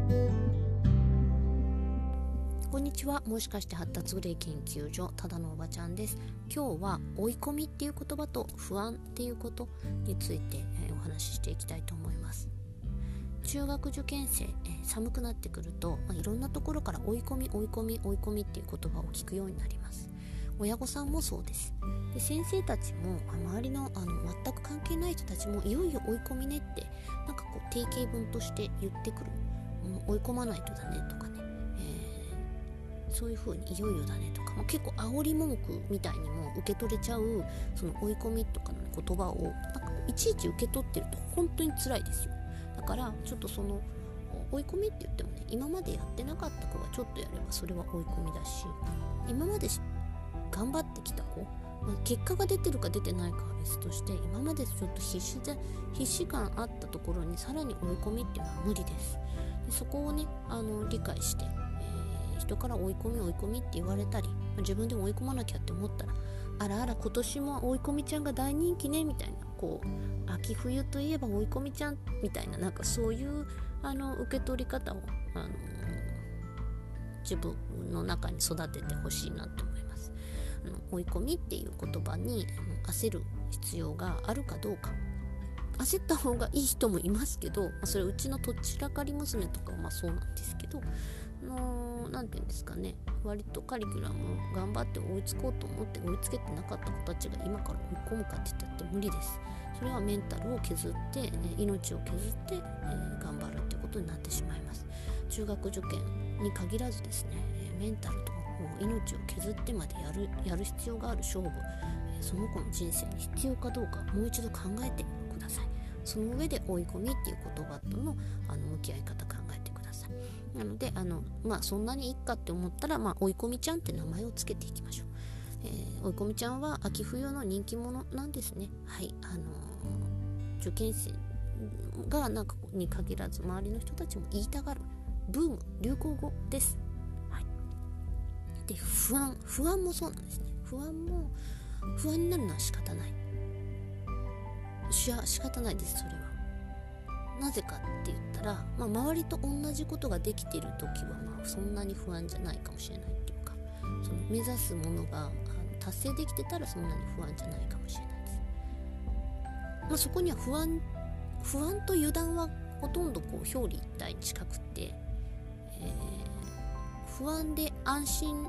こんにちは。もしかして発達グレイ研究所ただのおばちゃんです。今日は追い込みっていう言葉と不安っていうことについてお話ししていきたいと思います。中学受験生、寒くなってくると、いろんなところから追い込みっていう言葉を聞くようになります。親御さんもそうです。で、先生たちも周りの全く関係ない人たちもいよいよ追い込みねって定型文として言ってくる。追い込まないとだねとかね、そういう風にいよいよだねとか、結構煽り文句みたいにも受け取れちゃうその追い込みとかの言葉をいちいち受け取ってると本当に辛いですよ。だからちょっとその追い込みって言ってもね、今までやってなかった子がちょっとやればそれは追い込みだし、今まで頑張ってきた子、結果が出てるか出てないかは別として、今までちょっと必死感あったところにさらに追い込みっていうのは無理です。で、そこをね理解して、人から追い込みって言われたり、自分でも追い込まなきゃって思ったら、あらあら今年も追い込みちゃんが大人気ねみたいな、秋冬といえば追い込みちゃんみたいな、そういう受け取り方を自分の中に育ててほしいなと思います。追い込みっていう言葉に焦る必要があるかどうか。焦った方がいい人もいますけど、それうちのとっちらかり娘とかはそうなんですけど、なんていうんですかね、割とカリキュラム頑張って追いつこうと思って追いつけてなかった子たちが今から追い込むかって言ったって無理です。それはメンタルを削って、命を削って、頑張るってことになってしまいます。中学受験に限らずですね、メンタルとか命を削ってまでやる必要がある勝負、その子の人生に必要かどうかもう一度考えてください。その上で追い込みっていう言葉との向き合い方考えてください。なのでそんなにいいかって思ったら、追い込みちゃんって名前をつけていきましょう。追い込みちゃんは秋冬の人気者なんですね。はい、受験生がに限らず周りの人たちも言いたがるブーム、流行語です。はい、で、不安もそうなんですね。不安になるのは仕方ない。仕方ないです。それはなぜかって言ったら、周りと同じことができている時はそんなに不安じゃないかもしれないっていうか、その目指すものが達成できてたらそんなに不安じゃないかもしれないです。そこには不安と油断はほとんど表裏一体に近くて、不安で安心、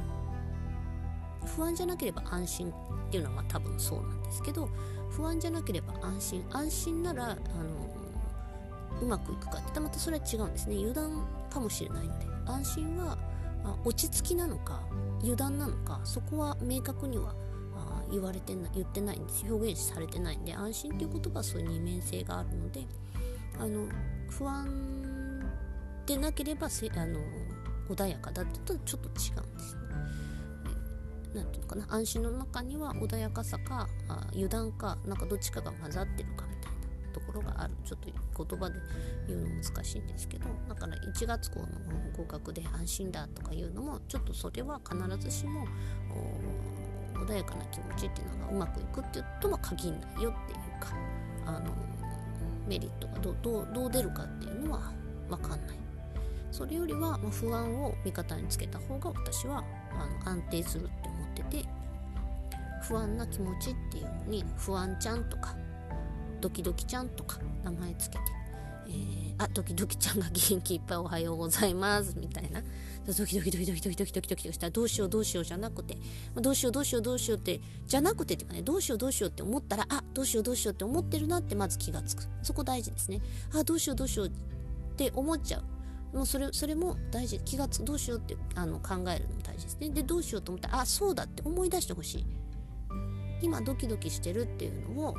不安じゃなければ安心っていうのは多分そうなんですけど、不安じゃなければ安心ならうまくいくかってまたそれは違うんですね。油断かもしれないので、安心は落ち着きなのか油断なのか、そこは明確には言ってないんです。表現されてないんで、安心っていう言葉はそういう二面性があるので、不安でなければ穏やかだって言うとちょっと違うんですね。なんていうのかな、安心の中には穏やかさか油断かどっちかが混ざってるかみたいなところがある。ちょっと言葉で言うの難しいんですけど、だから1月校の合格で安心だとかいうのもちょっとそれは必ずしも穏やかな気持ちっていうのがうまくいくっていうとは限らないよっていうか、メリットがどう出るかっていうのは分かんない。それよりは不安を味方につけた方が私は安定するって思ってて、不安な気持ちっていうのに不安ちゃんとかドキドキちゃんとか名前つけて、ドキドキちゃんが元気いっぱいおはようございますみたいな、ドキドキしたらどうしようじゃなくて、どうしようってじゃなくてっていうかね、どうしようって思ったら、どうしようって思ってるなってまず気がつく。そこ大事ですね。どうしようって思っちゃう。もうそれも大事。気がつく、どうしようって考えるのも大事ですね。で、どうしようと思ったらそうだって思い出してほしい。今ドキドキしてるっていうのを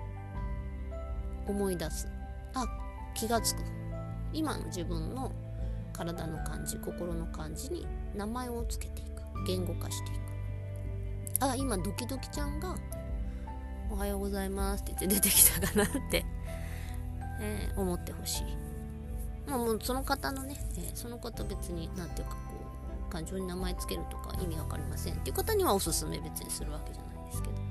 思い出す。気がつく。今の自分の体の感じ、心の感じに名前をつけていく、言語化していく。今ドキドキちゃんがおはようございますって言って出てきたかなって思ってほしい。もうその方のね、その方別になんていうか感情に名前つけるとか意味わかりませんっていう方にはおすすめ別にするわけじゃないですけど、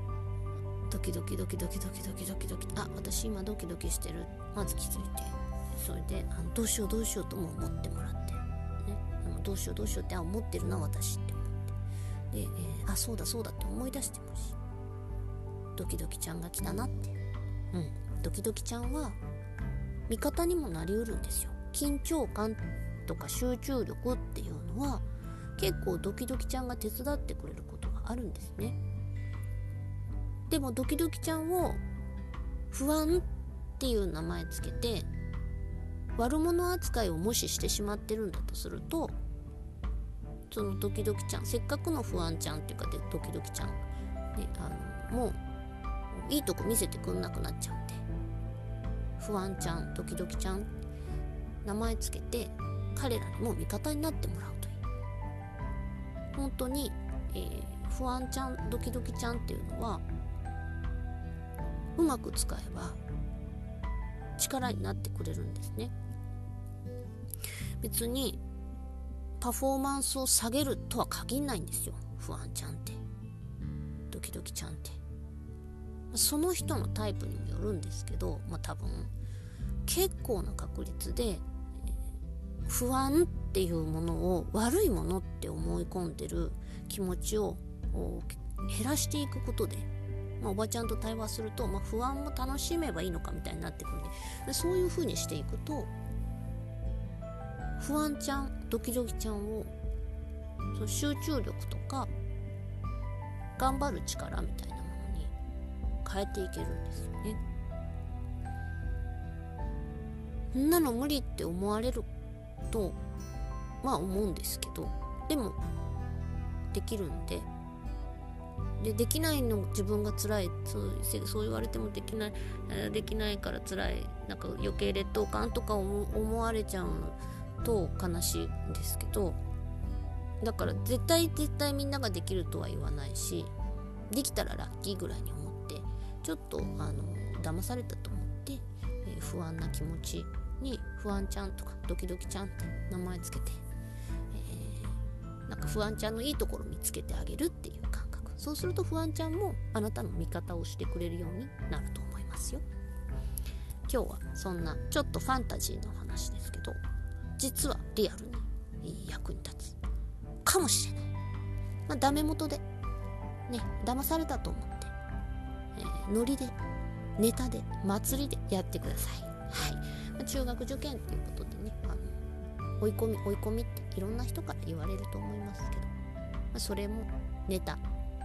ドキドキ私今ドキドキしてる、まず気づいて、 それでどうしようどうしようとも思ってもらって、ね、どうしようどうしようって思ってるな私って思ってで、そうだそうだって思い出してもしドキドキちゃんが来たなって、ドキドキちゃんは味方にもなりうるんですよ。緊張感とか集中力っていうのは結構ドキドキちゃんが手伝ってくれることがあるんですね。でもドキドキちゃんを不安っていう名前つけて悪者扱いをもししてしまってるんだとすると、そのドキドキちゃん、せっかくの不安ちゃんっていうかでドキドキちゃん、ね、もういいとこ見せてくんなくなっちゃうんで、不安ちゃんドキドキちゃん名前つけて彼らにも味方になってもらうという、本当に、不安ちゃんドキドキちゃんっていうのはうまく使えば力になってくれるんですね。別にパフォーマンスを下げるとは限らないんですよ。不安ちゃんってドキドキちゃんってその人のタイプにもよるんですけど、多分結構な確率で不安っていうものを悪いものって思い込んでる気持ちを減らしていくことで、おばちゃんと対話すると、不安も楽しめばいいのかみたいになってくるんで、そういう風にしていくと不安ちゃんドキドキちゃんをその集中力とか頑張る力みたいなものに変えていけるんですよね。そんなの無理って思われると思うんですけど、でもできるんで、できないの自分が辛い、そう言われてもできないから辛い、なんか余計劣等感とか思われちゃうと悲しいんですけど、だから絶対みんなができるとは言わないし、できたらラッキーぐらいに思ってちょっと騙されたと思って、不安な気持ちに不安ちゃんとかドキドキちゃんって名前つけて、なんか不安ちゃんのいいところ見つけてあげるっていう感覚。そうすると不安ちゃんもあなたの味方をしてくれるようになると思いますよ。今日はそんなちょっとファンタジーの話ですけど、実はリアルに役に立つかもしれない。ダメ元でね騙されたと思って、ノリでネタで祭りでやってください。はい、中学受験っていうことでね、追い込みっていろんな人から言われると思いますけど、それもネタ。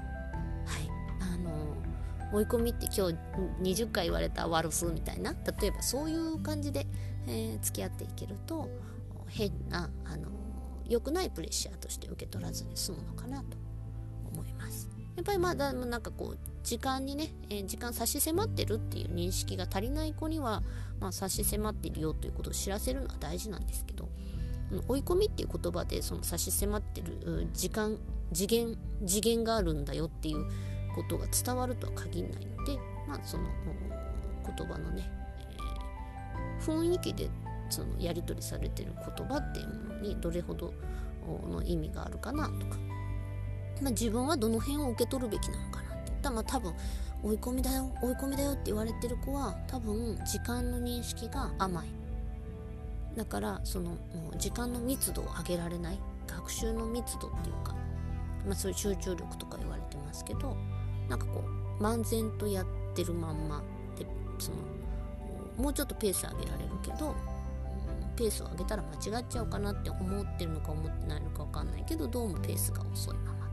追い込みって今日20回言われた悪すみたいな、例えばそういう感じで、付き合っていけると変な良くないプレッシャーとして受け取らずに済むのかなと思います。やっぱりなんかこう時間にね、時間差し迫ってるっていう認識が足りない子には、差し迫っているよということを知らせるのは大事なんですけど、追い込みっていう言葉でその差し迫ってる次元があるんだよっていうことが伝わるとは限らないので、その言葉のね、雰囲気でそのやり取りされてる言葉っていうものにどれほどの意味があるかなとか、自分はどの辺を受け取るべきなのかなっていったら、多分追い込みだよって言われてる子は多分時間の認識が甘い。だからその時間の密度を上げられない、学習の密度っていうか、そういう集中力とか言われてますけど、なんかこう漫然とやってるまんまで、もうちょっとペース上げられるけど、ペースを上げたら間違っちゃうかなって思ってるのか思ってないのか分かんないけど、どうもペースが遅いまま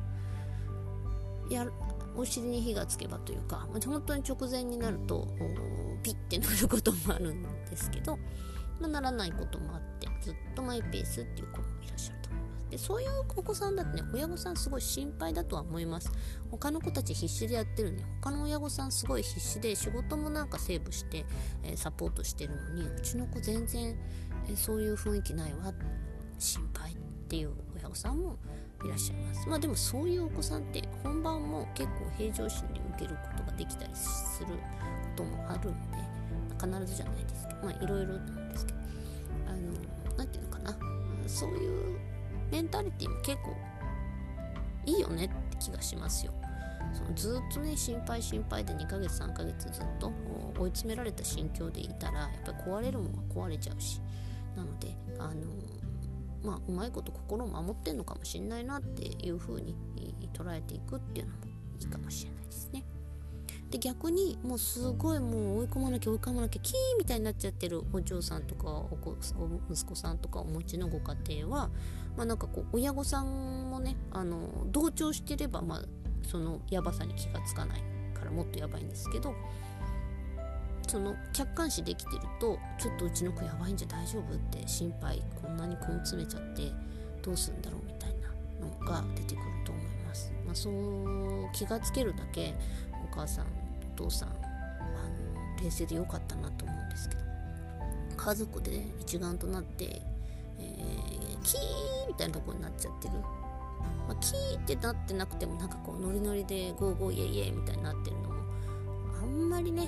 お尻に火がつけばというか、本当に直前になるとピッてなることもあるんですけど、ならないこともあって、ずっとマイペースっていう子もいらっしゃると思います。でそういうお子さんだってね、親御さんすごい心配だとは思います。他の子たち必死でやってるね、他の親御さんすごい必死で仕事もなんかセーブして、サポートしてるのに、うちの子全然、そういう雰囲気ないわ、心配っていう親御さんもいらっしゃいます。でもそういうお子さんって本番も結構平常心で受けることができたりすることもあるので、必ずじゃないですけど、いろいろなんですけど、なんていうのかな、そういうメンタリティも結構いいよねって気がしますよ。 そのずっとね心配で2ヶ月3ヶ月ずっと追い詰められた心境でいたらやっぱり壊れるものは壊れちゃうし、なのでうまいこと心を守ってんのかもしれないなっていう風に捉えていくっていうのもいいかもしれないですね。で逆にもうすごいもう追い込まなきゃキーみたいになっちゃってるお嬢さんとか息子さんとかお持ちのご家庭は、なんかこう親御さんもね同調してればそのやばさに気がつかないからもっとやばいんですけど、その客観視できてるとちょっとうちの子やばいんじゃ大丈夫って心配、こんなに根詰めちゃってどうするんだろうみたいなのが出てくると思います。そう気がつけるだけお母さんお父さん冷静でよかったなと思うんですけど、家族で一丸となって、キーみたいなところになっちゃってる、キーってなってなくてもなんかこうノリノリでゴーゴーイエイエイみたいになってるのもあんまり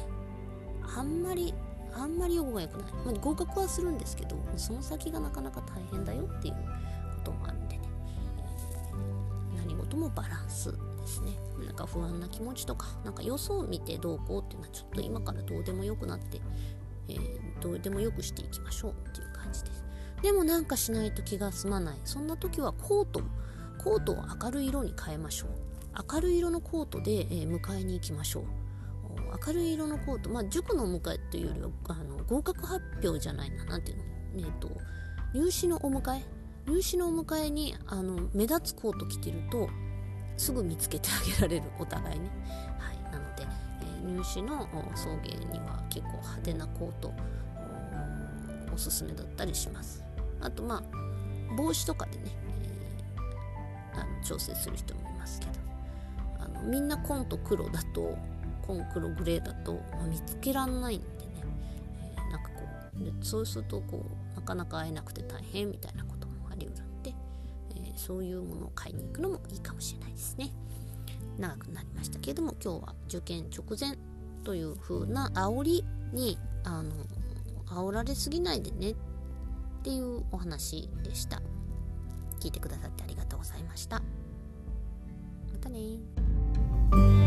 予後が良くない、合格はするんですけどその先がなかなか大変だよっていうこともあるんでね、何事もバランスですね。なんか不安な気持ちとかなんか予想を見てどうこうっていうのはちょっと今からどうでもよくなって、どうでもよくしていきましょうっていう感じです。でもなんかしないと気が済まない、そんな時はコートを明るい色に変えましょう。明るい色のコートで、迎えに行きましょう。明るい色のコート、塾の迎えというよりは合格発表じゃないな、なんていうの、入試のお迎えに目立つコート着てるとすぐ見つけてあげられる、お互いね。はい、なので、入試の送迎には結構派手なコートおすすめだったりします。あと帽子とかでね、調整する人もいますけど、みんな紺黒グレーだと、見つけらんないんでね、なんかこうそうするとなかなか会えなくて大変みたいなこともあり得るんで、そういうものを買いに行くのもいいかもしれないですね。長くなりましたけれども、今日は受験直前という風な煽りに煽られすぎないでねっていうお話でした。聞いてくださってありがとうございました。またね。